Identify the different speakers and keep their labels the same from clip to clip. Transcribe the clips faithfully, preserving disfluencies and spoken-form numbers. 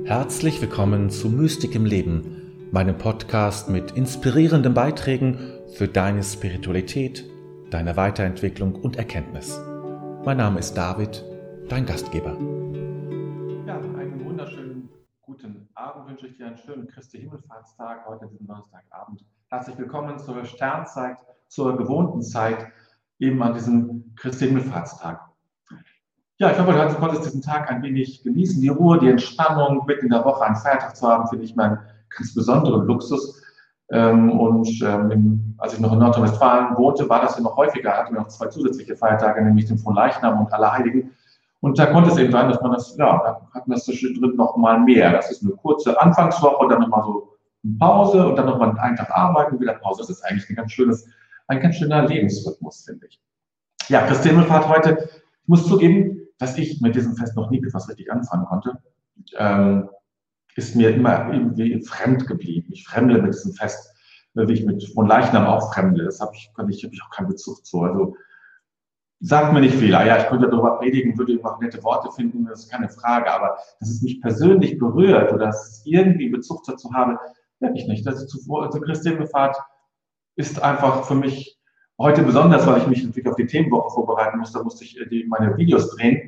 Speaker 1: Herzlich willkommen zu Mystik im Leben, meinem Podcast mit inspirierenden Beiträgen für deine Spiritualität, deine Weiterentwicklung und Erkenntnis. Mein Name ist David, dein Gastgeber.
Speaker 2: Ja, einen wunderschönen guten Abend wünsche ich dir, einen schönen Christi Himmelfahrtstag, heute diesen Donnerstagabend. Herzlich willkommen zur Sternzeit, zur gewohnten Zeit, eben an diesem Christi Himmelfahrtstag. Ja, ich hoffe, du konntest diesen Tag ein wenig genießen, die Ruhe, die Entspannung, mitten in der Woche einen Feiertag zu haben, finde ich meinen ganz besonderen Luxus. Und ähm, als ich noch in Nordrhein-Westfalen wohnte, war das ja noch häufiger, hatten wir noch zwei zusätzliche Feiertage, nämlich den Fronleichnam und Allerheiligen. Und da konnte es eben sein, dass man das, ja, da hatten wir das zwischendrin noch mal mehr. Das ist eine kurze Anfangswoche, dann nochmal so eine Pause und dann nochmal einen Tag arbeiten und wieder Pause. Das ist eigentlich ein ganz schönes, ein ganz schöner Lebensrhythmus, finde ich. Ja, Christi Himmelfahrt heute. Ich muss zugeben, dass ich mit diesem Fest noch nie etwas richtig anfangen konnte. Ähm, ist mir immer irgendwie fremd geblieben. Ich fremdle mit diesem Fest, wie ich mit Fronleichnam auch fremdle. Das habe ich, kann ich, habe ich auch keinen Bezug zu. Also sagt mir nicht viel. Ah ja, ich könnte darüber predigen, würde immer nette Worte finden, das ist keine Frage. Aber dass es mich persönlich berührt oder dass es irgendwie Bezug dazu habe, wirklich nicht. Das ist zur also Christi Himmelfahrt ist einfach für mich heute besonders, weil ich mich natürlich auf die Themenwoche vorbereiten musste, musste ich die, meine Videos drehen.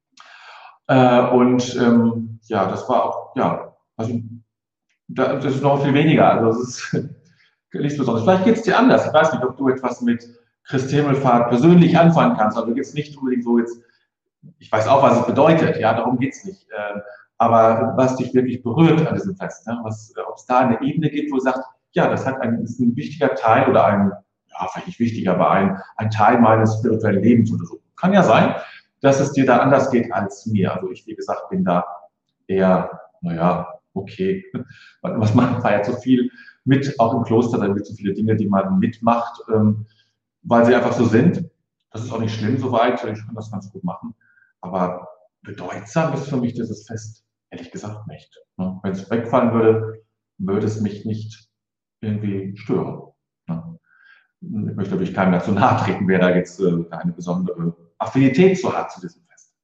Speaker 2: Äh, und ähm, ja, das war auch, ja, also da, das ist noch viel weniger. Also es ist nichts Besonderes. Vielleicht geht es dir anders. Ich weiß nicht, ob du etwas mit Christi Himmelfahrt persönlich anfangen kannst. Also jetzt nicht unbedingt so jetzt, ich weiß auch, was es bedeutet, ja, darum geht es nicht. Äh, aber was dich wirklich berührt an diesem Fest, ne? Was, ob es da eine Ebene gibt, wo du sagst, ja, das hat ein, ist ein wichtiger Teil oder ein, ja, vielleicht nicht wichtiger, aber ein, ein Teil meines spirituellen Lebens oder so. Kann ja sein, dass es dir da anders geht als mir. Also ich, wie gesagt, bin da eher, naja, okay. Was man feiert so viel mit, auch im Kloster, da gibt es so viele Dinge, die man mitmacht, ähm, weil sie einfach so sind. Das ist auch nicht schlimm soweit, ich kann das ganz gut machen. Aber bedeutsam ist für mich dieses Fest, ehrlich gesagt, nicht. Ne? Wenn es wegfallen würde, würde es mich nicht irgendwie stören. Ne? Ich möchte natürlich keinem dazu nahe treten, wer da jetzt äh, eine besondere Affinität so hat zu diesem Fest.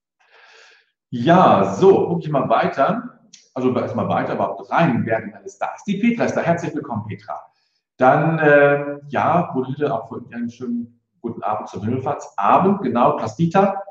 Speaker 2: Ja, so, gucke ich mal weiter. Also erstmal weiter, überhaupt rein werden alles da ist. Die Petra ist da. Herzlich willkommen, Petra. Dann, äh, ja, wurde auch für einen schönen guten Abend zum Himmelfahrtsabend. Genau, Plastita.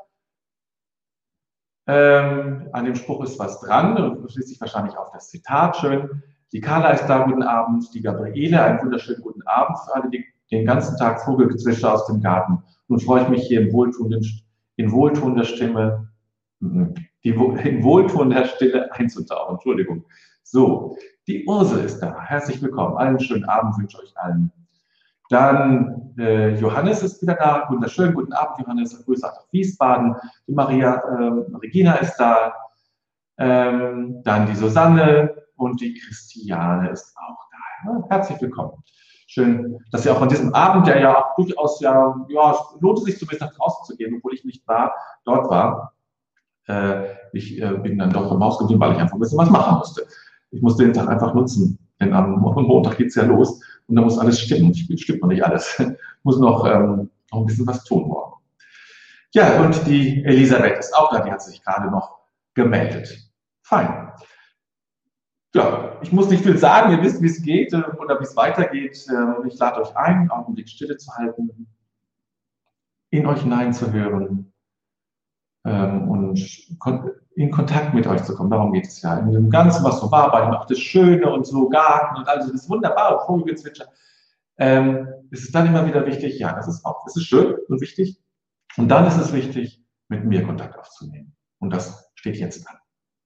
Speaker 2: Ähm, an dem Spruch ist was dran und schließt sich wahrscheinlich auf das Zitat schön. Die Carla ist da, guten Abend. Die Gabriele, einen wunderschönen guten Abend für alle, die den ganzen Tag Vogelgezwitscher aus dem Garten. Nun freue ich mich hier in wohltuender, in wohltuender Stimme, die in wohltuender Stille einzutauchen. Entschuldigung. So, die Ursel ist da. Herzlich willkommen. Einen schönen Abend wünsche ich euch allen. Dann äh, Johannes ist wieder da. Wunderschönen guten Abend, Johannes. Grüße nach Wiesbaden. Die Maria äh, Regina ist da. Ähm, dann die Susanne und die Christiane ist auch da. Ja, herzlich willkommen. Schön, dass ihr auch an diesem Abend, der ja auch durchaus, ja, ja, es lohnt sich zumindest nach draußen zu gehen, obwohl ich nicht war, dort war. Äh, ich äh, bin dann doch im Haus geblieben, weil ich einfach ein bisschen was machen musste. Ich musste den Tag einfach nutzen, denn am Montag geht es ja los und da muss alles stimmen. Stimmt noch nicht alles. Ich muss noch, ähm, noch ein bisschen was tun morgen. Ja, und die Elisabeth ist auch da, die hat sich gerade noch gemeldet. Fein. Ja, ich muss nicht viel sagen, ihr wisst, wie es geht äh, oder wie es weitergeht. Äh, ich lade euch ein, einen Augenblick Stille zu halten, in euch hineinzuhören ähm, und kon in Kontakt mit euch zu kommen. Darum geht es ja. In dem Ganzen, was so war, bei dem auch das Schöne und so, Garten und also das wunderbare Vogelgezwitscher, ähm, ist es dann immer wieder wichtig, ja, das ist auch, das ist schön und wichtig. Und dann ist es wichtig, mit mir Kontakt aufzunehmen. Und das steht jetzt an.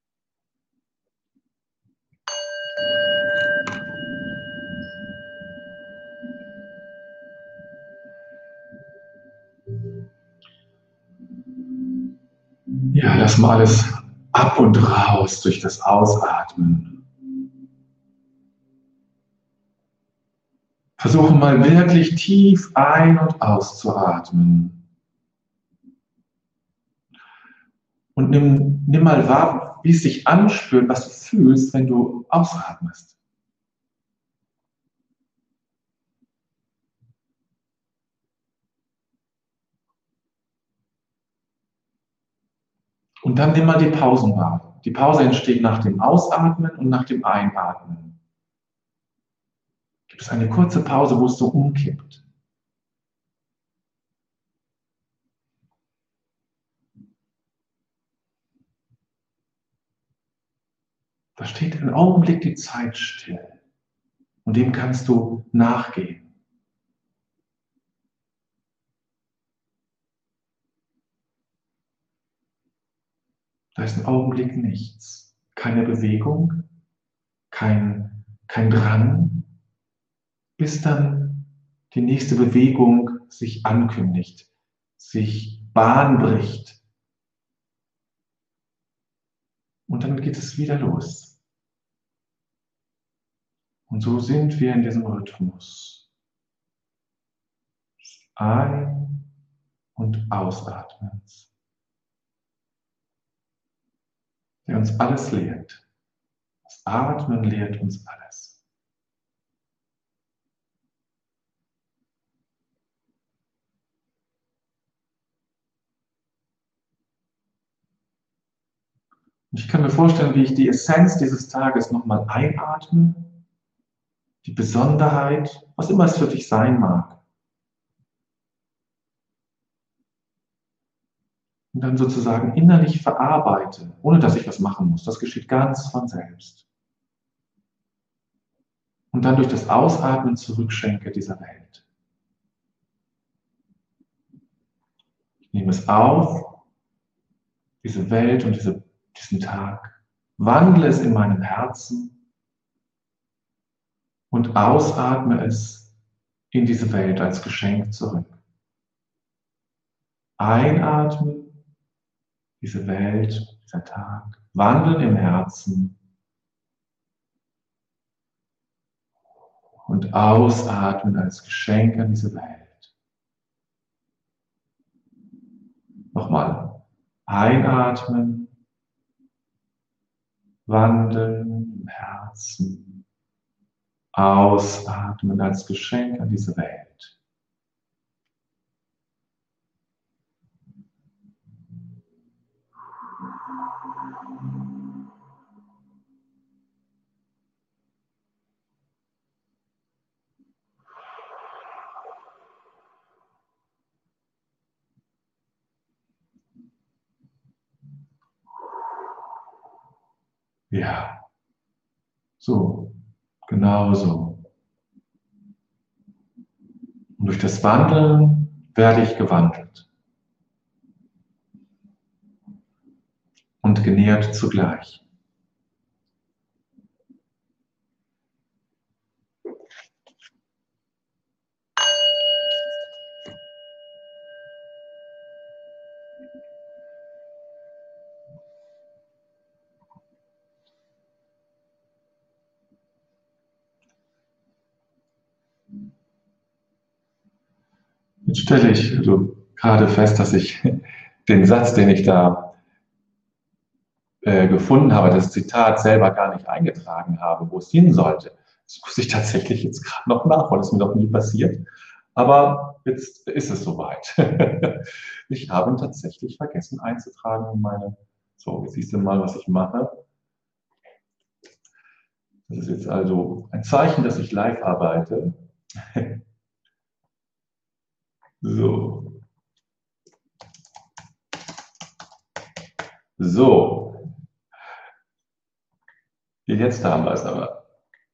Speaker 2: Ja, lass mal alles ab und raus durch das Ausatmen. Versuche mal wirklich tief ein- und auszuatmen. Und nimm, nimm mal wahr, wie es sich anspürt, was du fühlst, wenn du ausatmest. Und dann nimm mal die Pausen wahr. Die Pause entsteht nach dem Ausatmen und nach dem Einatmen. Gibt es eine kurze Pause, wo es so umkippt. Da steht einen Augenblick die Zeit still und dem kannst du nachgehen. Da ist ein Augenblick nichts, keine Bewegung, kein, kein Drang, bis dann die nächste Bewegung sich ankündigt, sich Bahn bricht. Und dann geht es wieder los. Und so sind wir in diesem Rhythmus. Ein- und Ausatmens, der uns alles lehrt. Das Atmen lehrt uns alles. Und ich kann mir vorstellen, wie ich die Essenz dieses Tages nochmal einatme, die Besonderheit, was immer es für dich sein mag. Und dann sozusagen innerlich verarbeite, ohne dass ich was machen muss. Das geschieht ganz von selbst. Und dann durch das Ausatmen zurückschenke dieser Welt. Ich nehme es auf, diese Welt und diese, diesen Tag, wandle es in meinem Herzen und ausatme es in diese Welt als Geschenk zurück. Einatmen, diese Welt, dieser Tag, wandeln im Herzen und ausatmen als Geschenk an diese Welt. Nochmal, einatmen, wandeln im Herzen, ausatmen als Geschenk an diese Welt. Ja, so, genau so. Und durch das Wandeln werde ich gewandelt und genährt zugleich. Jetzt stelle ich also gerade fest, dass ich den Satz, den ich da äh, gefunden habe, das Zitat selber gar nicht eingetragen habe, wo es hin sollte. Das muss ich tatsächlich jetzt gerade noch nachholen. Das ist mir noch nie passiert. Aber jetzt ist es soweit. Ich habe ihn tatsächlich vergessen einzutragen in meine. So, jetzt siehst du mal, was ich mache. Das ist jetzt also ein Zeichen, dass ich live arbeite. So. So. Jetzt haben wir es aber.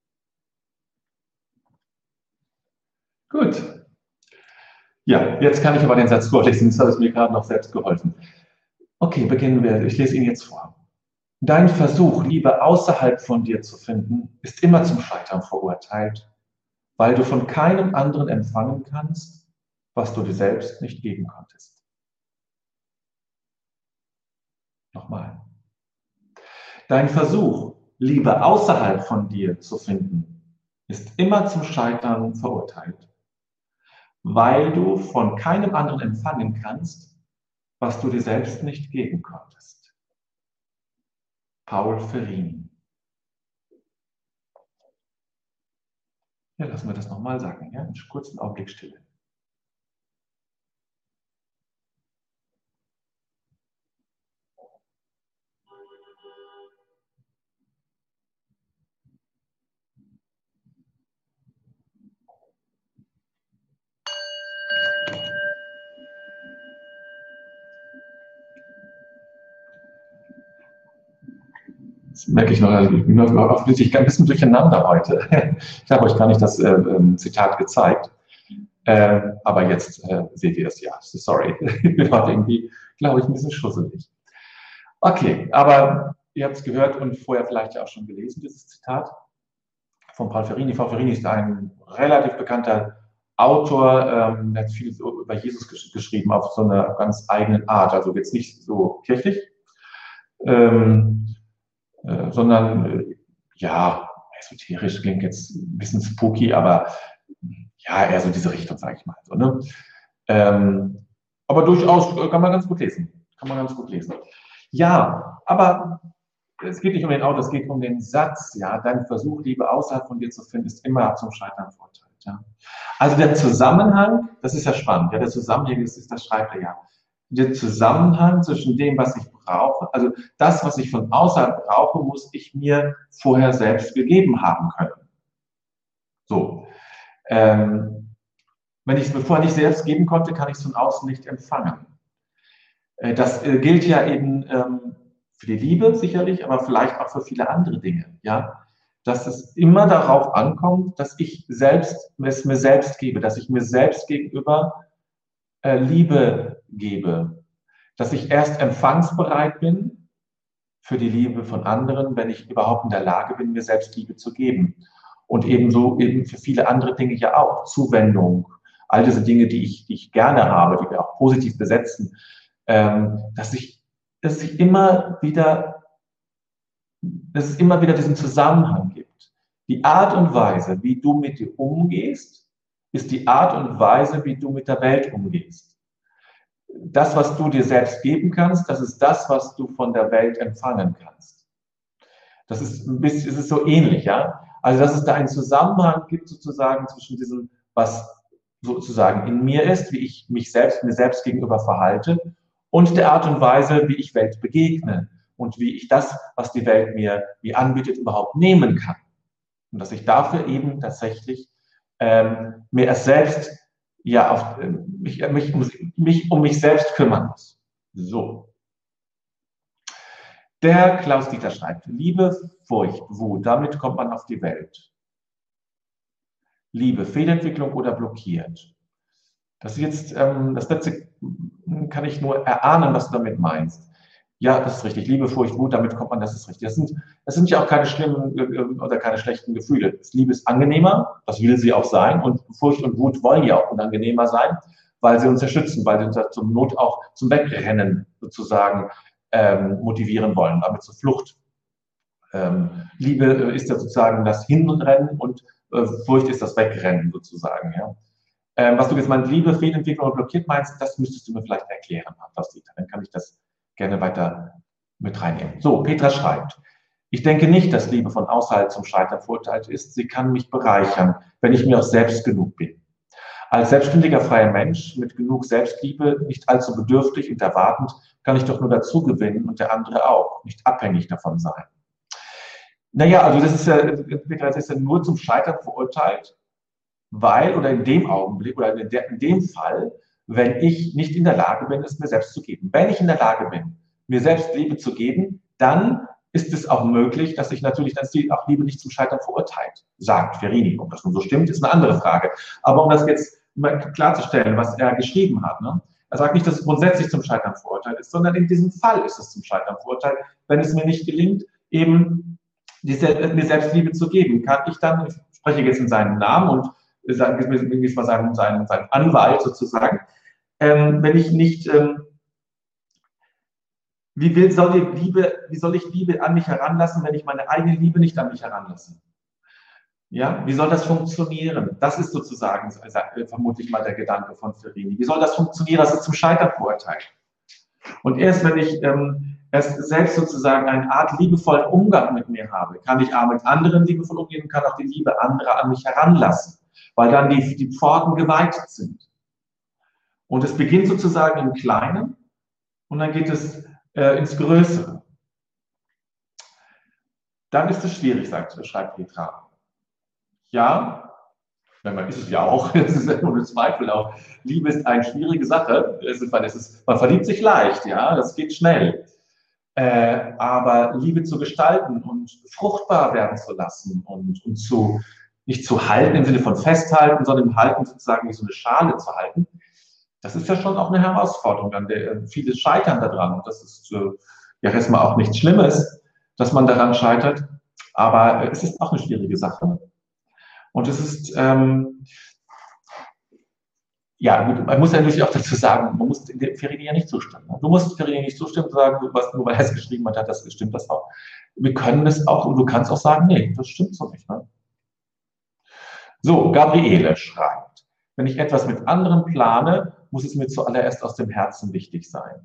Speaker 2: Gut. Ja, jetzt kann ich aber den Satz vorlesen. Jetzt habe ich mir gerade noch selbst geholfen. Okay, beginnen wir. Ich lese ihn jetzt vor. Dein Versuch, Liebe außerhalb von dir zu finden, ist immer zum Scheitern verurteilt, weil du von keinem anderen empfangen kannst, was du dir selbst nicht geben konntest. Nochmal. Dein Versuch, Liebe außerhalb von dir zu finden, ist immer zum Scheitern verurteilt, weil du von keinem anderen empfangen kannst, was du dir selbst nicht geben konntest. Paul Ferrin. Ja, lassen wir das nochmal sagen, ja? Einen kurzen Augenblick Stille. Das merke ich noch, also ich bin offensichtlich ein bisschen durcheinander heute. Ich habe euch gar nicht das äh, Zitat gezeigt, äh, aber jetzt äh, seht ihr es ja. Sorry, ich bin heute irgendwie, glaube ich, ein bisschen schusselig. Okay, aber ihr habt es gehört und vorher vielleicht ja auch schon gelesen, dieses Zitat von Paul Ferrini. Paul Ferrini ist ein relativ bekannter Autor, ähm, der hat viel über Jesus gesch geschrieben, auf so eine ganz eigene Art, also jetzt nicht so kirchlich, ähm, Äh, sondern äh, ja, esoterisch klingt jetzt ein bisschen spooky, aber ja, eher so diese Richtung, sage ich mal. So, ne? ähm, aber durchaus kann man ganz gut lesen. Kann man ganz gut lesen. Ja, aber es geht nicht um den Autor, es geht um den Satz. Ja, dein Versuch, Liebe außerhalb von dir zu finden, ist immer zum Scheitern verurteilt. Ja? Also der Zusammenhang, das ist ja spannend. Ja, der Zusammenhang ist, ist das schreibt er ja. Der Zusammenhang zwischen dem, was ich brauche, also das, was ich von außerhalb brauche, muss ich mir vorher selbst gegeben haben können. So. Ähm, wenn ich es mir vorher nicht selbst geben konnte, kann ich es von außen nicht empfangen. Äh, das äh, gilt ja eben ähm, für die Liebe sicherlich, aber vielleicht auch für viele andere Dinge. Ja? Dass es immer darauf ankommt, dass ich selbst, es mir selbst gebe, dass ich mir selbst gegenüber äh, Liebe gebe, dass ich erst empfangsbereit bin für die Liebe von anderen, wenn ich überhaupt in der Lage bin, mir selbst Liebe zu geben. Und ebenso eben für viele andere Dinge ja auch, Zuwendung, all diese Dinge, die ich, die ich gerne habe, die wir auch positiv besetzen, ähm, dass ich, dass ich immer wieder, dass es immer wieder diesen Zusammenhang gibt. Die Art und Weise, wie du mit dir umgehst, ist die Art und Weise, wie du mit der Welt umgehst. Das, was du dir selbst geben kannst, das ist das, was du von der Welt empfangen kannst. Das ist ein bisschen, es ist so ähnlich, ja. Also, dass es da einen Zusammenhang gibt sozusagen zwischen diesem, was sozusagen in mir ist, wie ich mich selbst, mir selbst gegenüber verhalte und der Art und Weise, wie ich Welt begegne und wie ich das, was die Welt mir, mir anbietet, überhaupt nehmen kann. Und dass ich dafür eben tatsächlich ähm, mir erst selbst ja, auf, äh, mich, mich, um, mich um mich selbst kümmern muss. So. Der Klaus Dieter schreibt, Liebe, Furcht, Wut, damit kommt man auf die Welt. Liebe, Fehlentwicklung oder blockiert. Das ist jetzt, ähm, das letzte kann ich nur erahnen, was du damit meinst. Ja, das ist richtig. Liebe, Furcht, Wut, damit kommt man, das ist richtig. Das sind, das sind ja auch keine schlimmen äh, oder keine schlechten Gefühle. Das Liebe ist angenehmer, das will sie auch sein. Und Furcht und Wut wollen ja auch unangenehmer sein, weil sie uns ja schützen, weil sie uns ja zum Not auch zum Wegrennen sozusagen ähm, motivieren wollen, damit zur Flucht. Ähm, Liebe ist ja sozusagen das Hinrennen und äh, Furcht ist das Wegrennen sozusagen. Ja. Ähm, was du jetzt meinst, Liebe, Fehlentwicklung oder blockiert meinst, das müsstest du mir vielleicht erklären, was Dieter. Dann kann ich das gerne weiter mit reinnehmen. So, Petra schreibt, ich denke nicht, dass Liebe von außerhalb zum Scheitern verurteilt ist. Sie kann mich bereichern, wenn ich mir auch selbst genug bin. Als selbstständiger freier Mensch mit genug Selbstliebe, nicht allzu bedürftig und erwartend, kann ich doch nur dazu gewinnen und der andere auch, nicht abhängig davon sein. Naja, also das ist ja, das ist ja nur zum Scheitern verurteilt, weil oder in dem Augenblick oder in, der, in dem Fall, wenn ich nicht in der Lage bin, es mir selbst zu geben. Wenn ich in der Lage bin, mir selbst Liebe zu geben, dann ist es auch möglich, dass ich natürlich, dass die auch Liebe nicht zum Scheitern verurteilt, sagt Ferrini. Ob das nun so stimmt, ist eine andere Frage. Aber um das jetzt mal klarzustellen, was er geschrieben hat, ne? Er sagt nicht, dass es grundsätzlich zum Scheitern verurteilt ist, sondern in diesem Fall ist es zum Scheitern verurteilt. Wenn es mir nicht gelingt, eben diese, mir selbst Liebe zu geben, kann ich dann, ich spreche jetzt in seinem Namen und sage jetzt mal seinen, seinen, seinen Anwalt sozusagen, ähm, wenn ich nicht, ähm, wie, will, soll die Liebe, wie soll ich Liebe an mich heranlassen, wenn ich meine eigene Liebe nicht an mich heranlasse? Ja, wie soll das funktionieren? Das ist sozusagen vermutlich mal der Gedanke von Ferrini. Wie soll das funktionieren? Das ist zum Scheitern verurteilt. Und erst wenn ich ähm, erst selbst sozusagen eine Art liebevollen Umgang mit mir habe, kann ich auch mit anderen liebevoll umgehen und kann auch die Liebe anderer an mich heranlassen, weil dann die, die Pforten geweitet sind. Und es beginnt sozusagen im Kleinen und dann geht es äh, ins Größere. dann ist es schwierig, sagt, schreibt Petra. Ja, man ist es ja auch, das ist ja ohne Zweifel auch. Liebe ist eine schwierige Sache. Es ist, es ist, man verliebt sich leicht, ja, das geht schnell. Äh, aber Liebe zu gestalten und fruchtbar werden zu lassen und, und zu, nicht zu halten im Sinne von festhalten, sondern im Halten sozusagen wie so eine Schale zu halten, das ist ja schon auch eine Herausforderung. An der, viele scheitern daran und das ist äh, ja erstmal auch nichts Schlimmes, dass man daran scheitert, aber äh, es ist auch eine schwierige Sache. Und es ist, ähm, ja, man muss ja natürlich auch dazu sagen, man muss Ferini ja nicht zustimmen. Du musst Ferini nicht zustimmen und sagen, was, nur weil er es geschrieben hat, das stimmt das auch. Wir können das auch, und du kannst auch sagen, nee, das stimmt so nicht. Ne? So, Gabriele schreibt, wenn ich etwas mit anderen plane, muss es mir zuallererst aus dem Herzen wichtig sein.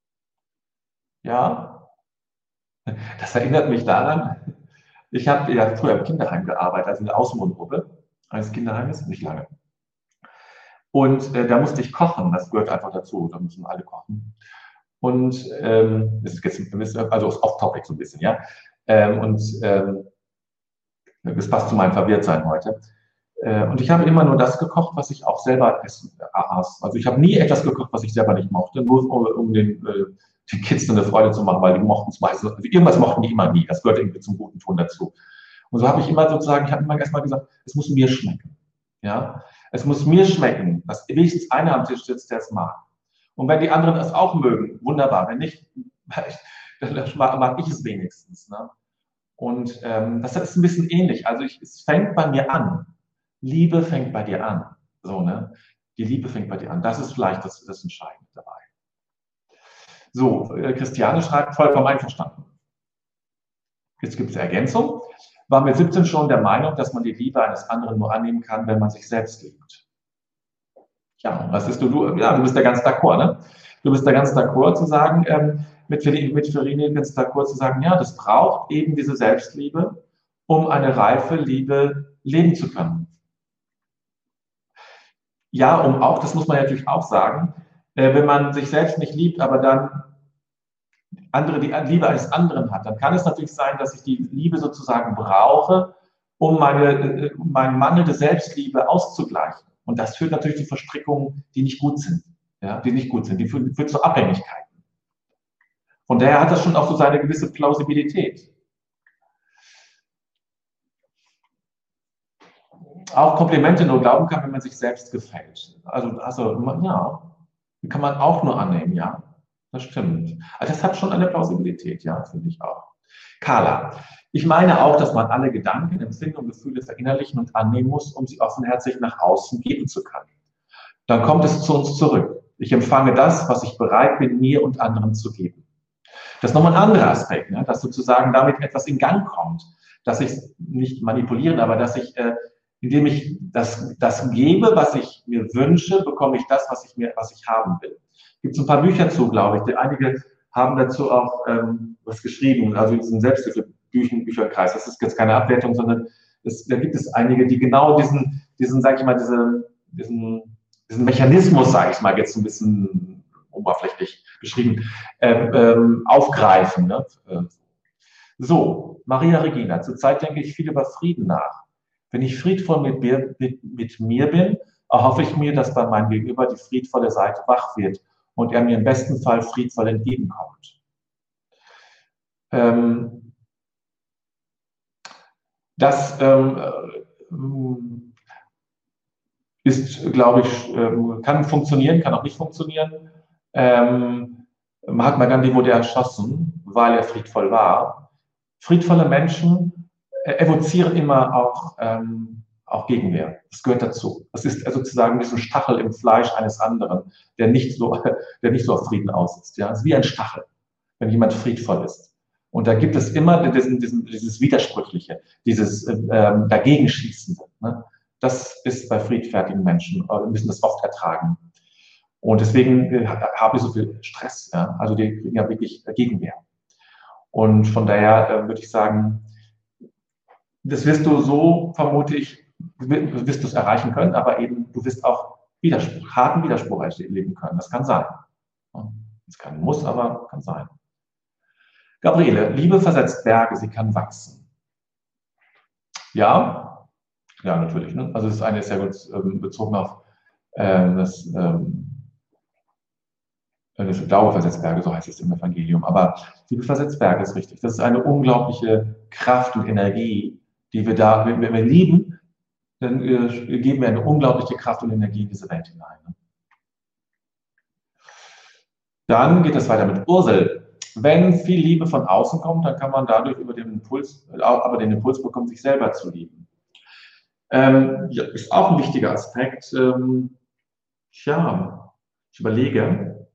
Speaker 2: Ja, das erinnert mich daran, ich habe ja früher im Kinderheim gearbeitet, also in der Außenwohngruppe eines Kinderheimes, nicht lange. Und äh, da musste ich kochen, das gehört einfach dazu, da müssen alle kochen. Und ähm, das ist jetzt, also ist off-topic so ein bisschen, ja. Ähm, und ähm, das passt zu meinem Verwirrtsein heute. Äh, und ich habe immer nur das gekocht, was ich auch selber essen aß. Also ich habe nie etwas gekocht, was ich selber nicht mochte, nur um, um den, äh, den Kids eine Freude zu machen, weil die mochten es meistens, also irgendwas mochten die immer nie, das gehört irgendwie zum guten Ton dazu. Und so habe ich immer sozusagen, ich habe immer erstmal gesagt, es muss mir schmecken. Ja? Es muss mir schmecken, dass wenigstens einer am Tisch sitzt, der es mag. Und wenn die anderen es auch mögen, wunderbar. Wenn nicht, dann mag ich es wenigstens. Ne? Und ähm, das ist ein bisschen ähnlich. Also ich, es fängt bei mir an. Liebe fängt bei dir an. So, ne? Die Liebe fängt bei dir an. Das ist vielleicht das, das Entscheidende dabei. So, äh, Christiane schreibt, vollkommen einverstanden. Jetzt gibt es Ergänzung. War mit siebzehn schon der Meinung, dass man die Liebe eines anderen nur annehmen kann, wenn man sich selbst liebt. Ja, was bist du? du? Ja, du bist da ganz d'accord, ne? Du bist da ganz d'accord zu sagen, ähm, mit, mit Ferini ganz d'accord zu sagen, ja, das braucht eben diese Selbstliebe, um eine reife Liebe leben zu können. Ja, um auch, das muss man natürlich auch sagen, äh, wenn man sich selbst nicht liebt, aber dann andere, die Liebe eines anderen hat, dann kann es natürlich sein, dass ich die Liebe sozusagen brauche, um meine, um meine mangelnde Selbstliebe auszugleichen. Und das führt natürlich zu Verstrickungen, die nicht gut sind. Ja, die nicht gut sind, die führen, führen zu Abhängigkeiten. Von daher hat das schon auch so seine gewisse Plausibilität. Auch Komplimente nur glauben kann, wenn man sich selbst gefällt. Also, also ja, die kann man auch nur annehmen, ja. Das stimmt. Also das hat schon eine Plausibilität, ja, finde ich auch. Carla, ich meine auch, dass man alle Gedanken, Empfindungen, Gefühle verinnerlichen und annehmen muss, um sie offenherzig nach außen geben zu können. Dann kommt es zu uns zurück. Ich empfange das, was ich bereit bin, mir und anderen zu geben. Das ist nochmal ein anderer Aspekt, ne? Dass sozusagen damit etwas in Gang kommt, dass ich nicht manipulieren, aber dass ich, äh, indem ich das, das gebe, was ich mir wünsche, bekomme ich das, was ich mir, was ich haben will. Gibt es ein paar Bücher zu, glaube ich. Die, einige haben dazu auch ähm, was geschrieben, also in diesem Selbsthilfe-Bücherkreis. Das ist jetzt keine Abwertung, sondern es, da gibt es einige, die genau diesen, diesen, sag ich mal, diese, diesen, diesen Mechanismus, sage ich mal, jetzt ein bisschen oberflächlich beschrieben, ähm, ähm, aufgreifen. Ne? So, Maria Regina, zurzeit denke ich viel über Frieden nach. Wenn ich friedvoll mit mir, mit, mit mir bin, erhoffe ich mir, dass bei meinem Gegenüber die friedvolle Seite wach wird und er mir im besten Fall friedvoll entgegenkommt. Ähm, das ähm, ist, glaube ich, kann funktionieren, kann auch nicht funktionieren. Ähm, Mahatma Gandhi wurde erschossen, weil er friedvoll war. Friedvolle Menschen evozieren immer auch, ähm, auch Gegenwehr. Das gehört dazu. Das ist sozusagen wie so ein Stachel im Fleisch eines anderen, der nicht so, der nicht so auf Frieden aus ist. Ja? Das ist wie ein Stachel, wenn jemand friedvoll ist. Und da gibt es immer diesen, diesen, dieses Widersprüchliche, dieses ähm, Dagegenschießende. Ne? Das ist bei friedfertigen Menschen. Wir müssen das oft ertragen. Und deswegen äh, haben wir so viel Stress. Ja? Also die kriegen ja wirklich Gegenwehr. Und von daher äh, würde ich sagen, das wirst du so, vermute ich, wirst du es erreichen können, aber eben, du wirst auch Widerspruch, harten Widerspruch erleben können. Das kann sein. Das kann, muss, aber kann sein. Gabriele, Liebe versetzt Berge, sie kann wachsen. Ja, ja, natürlich. Ne? Also das eine ist ja gut ähm, bezogen auf ähm, das, ähm, das Glaube versetzt Berge, so heißt es im Evangelium. Aber Liebe versetzt Berge ist richtig. Das ist eine unglaubliche Kraft und Energie, die wir da, wenn wir lieben, dann äh, geben wir eine unglaubliche Kraft und Energie in diese Welt hinein. Ne? Dann geht es weiter mit Ursel. Wenn viel Liebe von außen kommt, dann kann man dadurch über den Impuls, aber den Impuls bekommen, sich selber zu lieben. Ähm, ja, ist auch ein wichtiger Aspekt. Ähm, tja, ich überlege.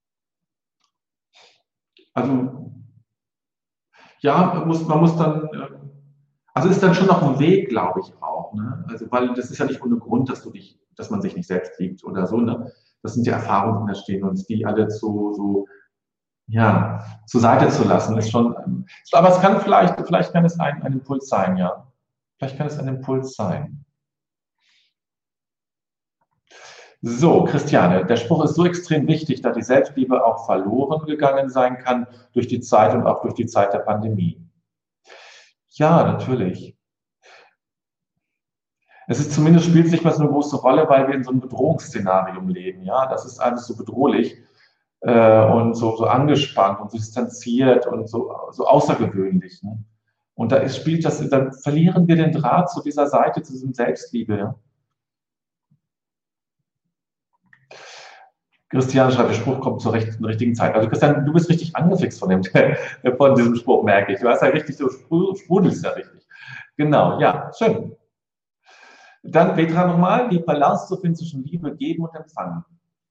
Speaker 2: Also, ja, man muss, man muss dann, äh, also ist dann schon noch ein Weg, glaube ich auch. Ne? Also, weil das ist ja nicht ohne Grund, dass du dich, dass man sich nicht selbst liebt oder so. Ne? Das sind ja Erfahrungen, die da stehen und die alle zu, so, ja, zur Seite zu lassen, ist schon, ähm, aber es kann vielleicht, vielleicht kann es ein, ein Impuls sein, ja. Vielleicht kann es ein Impuls sein. So, Christiane, der Spruch ist so extrem wichtig, da die Selbstliebe auch verloren gegangen sein kann durch die Zeit und auch durch die Zeit der Pandemie. Ja, natürlich. Es ist zumindest spielt es nicht mehr so eine große Rolle, weil wir in so einem Bedrohungsszenario leben. Ja, das ist alles so bedrohlich äh, und so, so angespannt und so distanziert und so, so außergewöhnlich. Ne? Und da ist, spielt das, dann verlieren wir den Draht zu dieser Seite, zu diesem Selbstliebe. Ja? Christiane schreibt, der Spruch kommt zur rechten, richtigen Zeit. Also Christian, du bist richtig angefixt von, dem, von diesem Spruch, merke ich. Du hast ja richtig, so sprudelst ja richtig. Genau, ja, schön. Dann Petra nochmal, die Balance zu finden zwischen Liebe, Geben und Empfangen.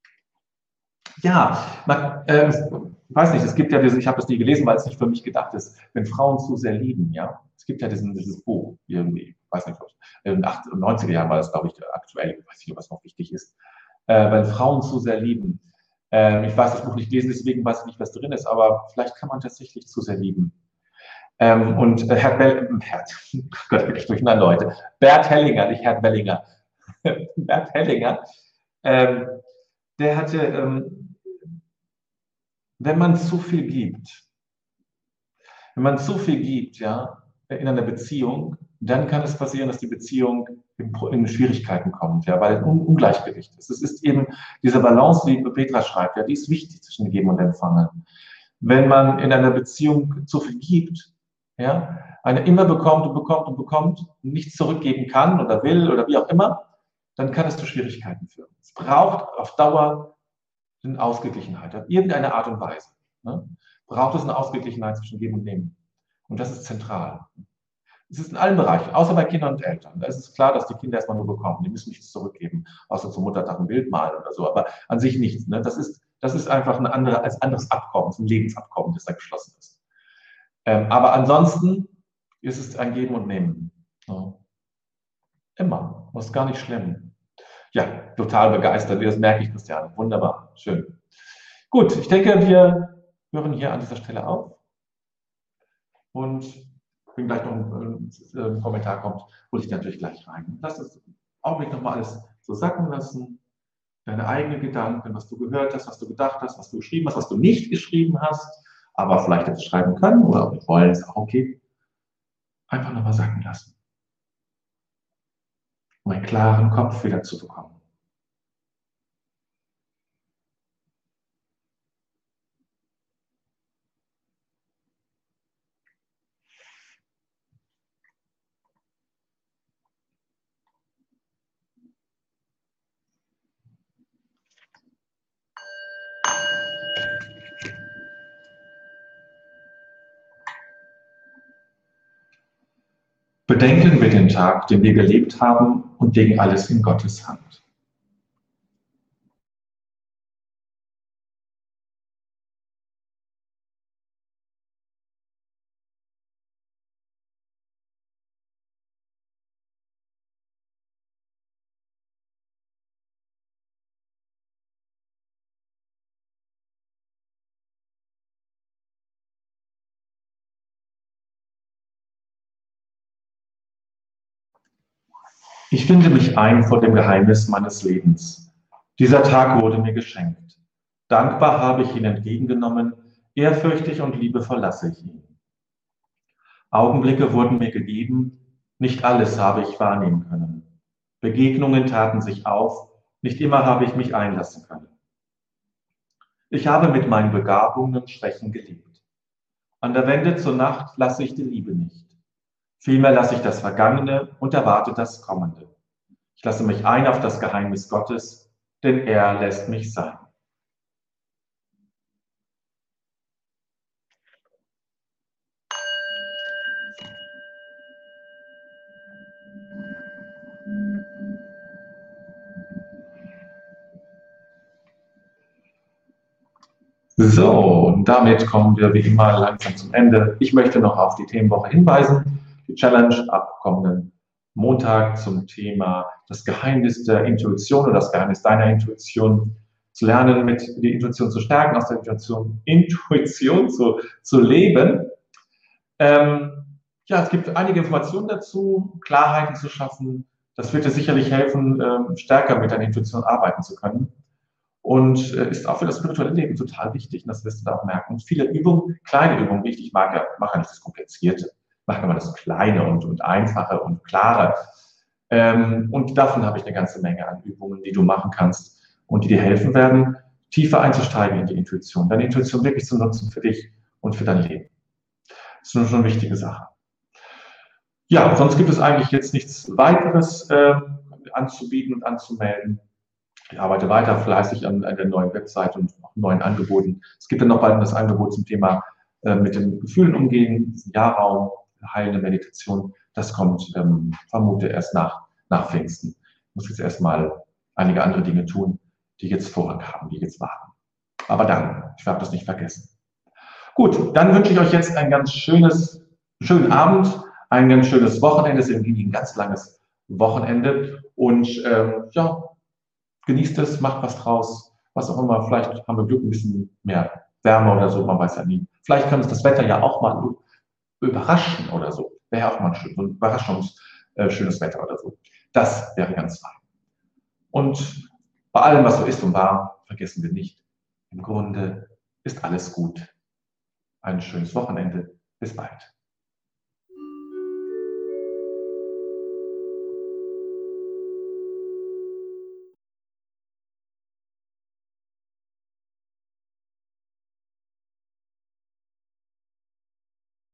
Speaker 2: Ja, man, äh, ich weiß nicht, es gibt ja, diese, ich habe das nie gelesen, weil es nicht für mich gedacht ist, wenn Frauen zu sehr lieben, ja. Es gibt ja diesen, dieses Buch irgendwie, ich weiß nicht, in den neunziger Jahren war das, glaube ich, aktuell, ich weiß nicht, ob das noch wichtig ist, äh, wenn Frauen zu sehr lieben. Äh, ich weiß das Buch nicht lesen, deswegen weiß ich nicht, was drin ist, aber vielleicht kann man tatsächlich zu sehr lieben. Ähm, und äh, Herr Bell, Bert, Gott, bin ich durcheinander Leute, Bert Hellinger, nicht Herr Bellinger, Bert Hellinger, ähm, der hatte, ähm, wenn man zu viel gibt, wenn man zu viel gibt, ja, in einer Beziehung, dann kann es passieren, dass die Beziehung in, in Schwierigkeiten kommt, ja, weil es ein Ungleichgewicht ist. Es ist eben diese Balance, wie Petra schreibt, ja, die ist wichtig zwischen Geben und Empfangen. Wenn man in einer Beziehung zu viel gibt, ja, eine immer bekommt und bekommt und bekommt, und nichts zurückgeben kann oder will oder wie auch immer, dann kann es zu Schwierigkeiten führen. Es braucht auf Dauer eine Ausgeglichenheit, auf irgendeine Art und Weise. Ne? Braucht es eine Ausgeglichenheit zwischen Geben und Nehmen. Und das ist zentral. Es ist in allen Bereichen, außer bei Kindern und Eltern. Da ist es klar, dass die Kinder erstmal nur bekommen. Die müssen nichts zurückgeben, außer zum Muttertag ein Bild malen oder so. Aber an sich nichts. Ne? Das ist, das ist einfach ein, andere, ein anderes Abkommen, ein Lebensabkommen, das da geschlossen ist. Ähm, aber ansonsten ist es ein Geben und Nehmen. Ja. Immer. Das ist gar nicht schlimm. Ja, total begeistert. Das merke ich, Christiane. Wunderbar. Schön. Gut, ich denke, wir hören hier an dieser Stelle auf. Und wenn gleich noch ein, ein Kommentar kommt, hole ich natürlich gleich rein. Lass das Augenblick nochmal alles so sacken lassen. Deine eigenen Gedanken, was du gehört hast, was du gedacht hast, was du geschrieben hast, was du nicht geschrieben hast, aber vielleicht hättest du schreiben können oder auch wollen, ist auch okay. Einfach nochmal sacken lassen. Um einen klaren Kopf wieder zu bekommen. Bedenken wir den Tag, den wir gelebt haben, und legen alles in Gottes Hand. Ich finde mich ein vor dem Geheimnis meines Lebens. Dieser Tag wurde mir geschenkt. Dankbar habe ich ihn entgegengenommen, ehrfürchtig und liebevoll lasse ich ihn. Augenblicke wurden mir gegeben, Nicht alles habe ich wahrnehmen können. Begegnungen taten sich auf, nicht immer habe ich mich einlassen können. Ich habe mit meinen Begabungen und Schwächen gelebt. An der Wende zur Nacht lasse ich die Liebe nicht. Vielmehr lasse ich das Vergangene und erwarte das Kommende. Ich lasse mich ein auf das Geheimnis Gottes, denn er lässt mich sein. So, und damit kommen wir wie immer langsam zum Ende. Ich möchte noch auf die Themenwoche hinweisen. Die Challenge ab kommenden Montag zum Thema das Geheimnis der Intuition oder das Geheimnis deiner Intuition zu lernen, mit die Intuition zu stärken, aus der Intuition, Intuition zu, zu leben. Ähm, ja, es gibt einige Informationen dazu, Klarheiten zu schaffen. Das wird dir sicherlich helfen, ähm, stärker mit deiner Intuition arbeiten zu können. Und äh, ist auch für das spirituelle Leben total wichtig. Und das wirst du da auch merken. Und viele Übungen, kleine Übungen, wichtig, ich mag ja, mache ja nicht das Komplizierte. Ich mache immer das Kleine und, und Einfache und Klare. Ähm, und davon habe ich eine ganze Menge an Übungen, die du machen kannst und die dir helfen werden, tiefer einzusteigen in die Intuition, deine Intuition wirklich zu nutzen für dich und für dein Leben. Das ist schon eine wichtige Sache. Ja, sonst gibt es eigentlich jetzt nichts weiteres äh, anzubieten und anzumelden. Ich arbeite weiter fleißig an, an der neuen Website und auch neuen Angeboten. Es gibt dann noch bald das Angebot zum Thema äh, mit den Gefühlen umgehen, Jahrraum, heilende Meditation. Das kommt, ähm, vermute erst nach, nach Pfingsten. Ich muss jetzt erstmal einige andere Dinge tun, die jetzt Vorrang haben, die jetzt warten. Aber dann, ich werde das nicht vergessen. Gut, dann wünsche ich euch jetzt ein ganz schönes, schönen Abend, ein ganz schönes Wochenende. Es ist irgendwie ein ganz langes Wochenende. Und ähm, ja, genießt es, macht was draus, was auch immer. Vielleicht haben wir Glück, ein bisschen mehr Wärme oder so, man weiß ja nie. Vielleicht kann uns das Wetter ja auch mal überraschen oder so. Wäre ja auch mal schön, so ein überraschungs äh, schönes Wetter oder so. Das wäre ganz fein. Und bei allem, was so ist und war, vergessen wir nicht, im Grunde ist alles gut. Ein schönes Wochenende. Bis bald.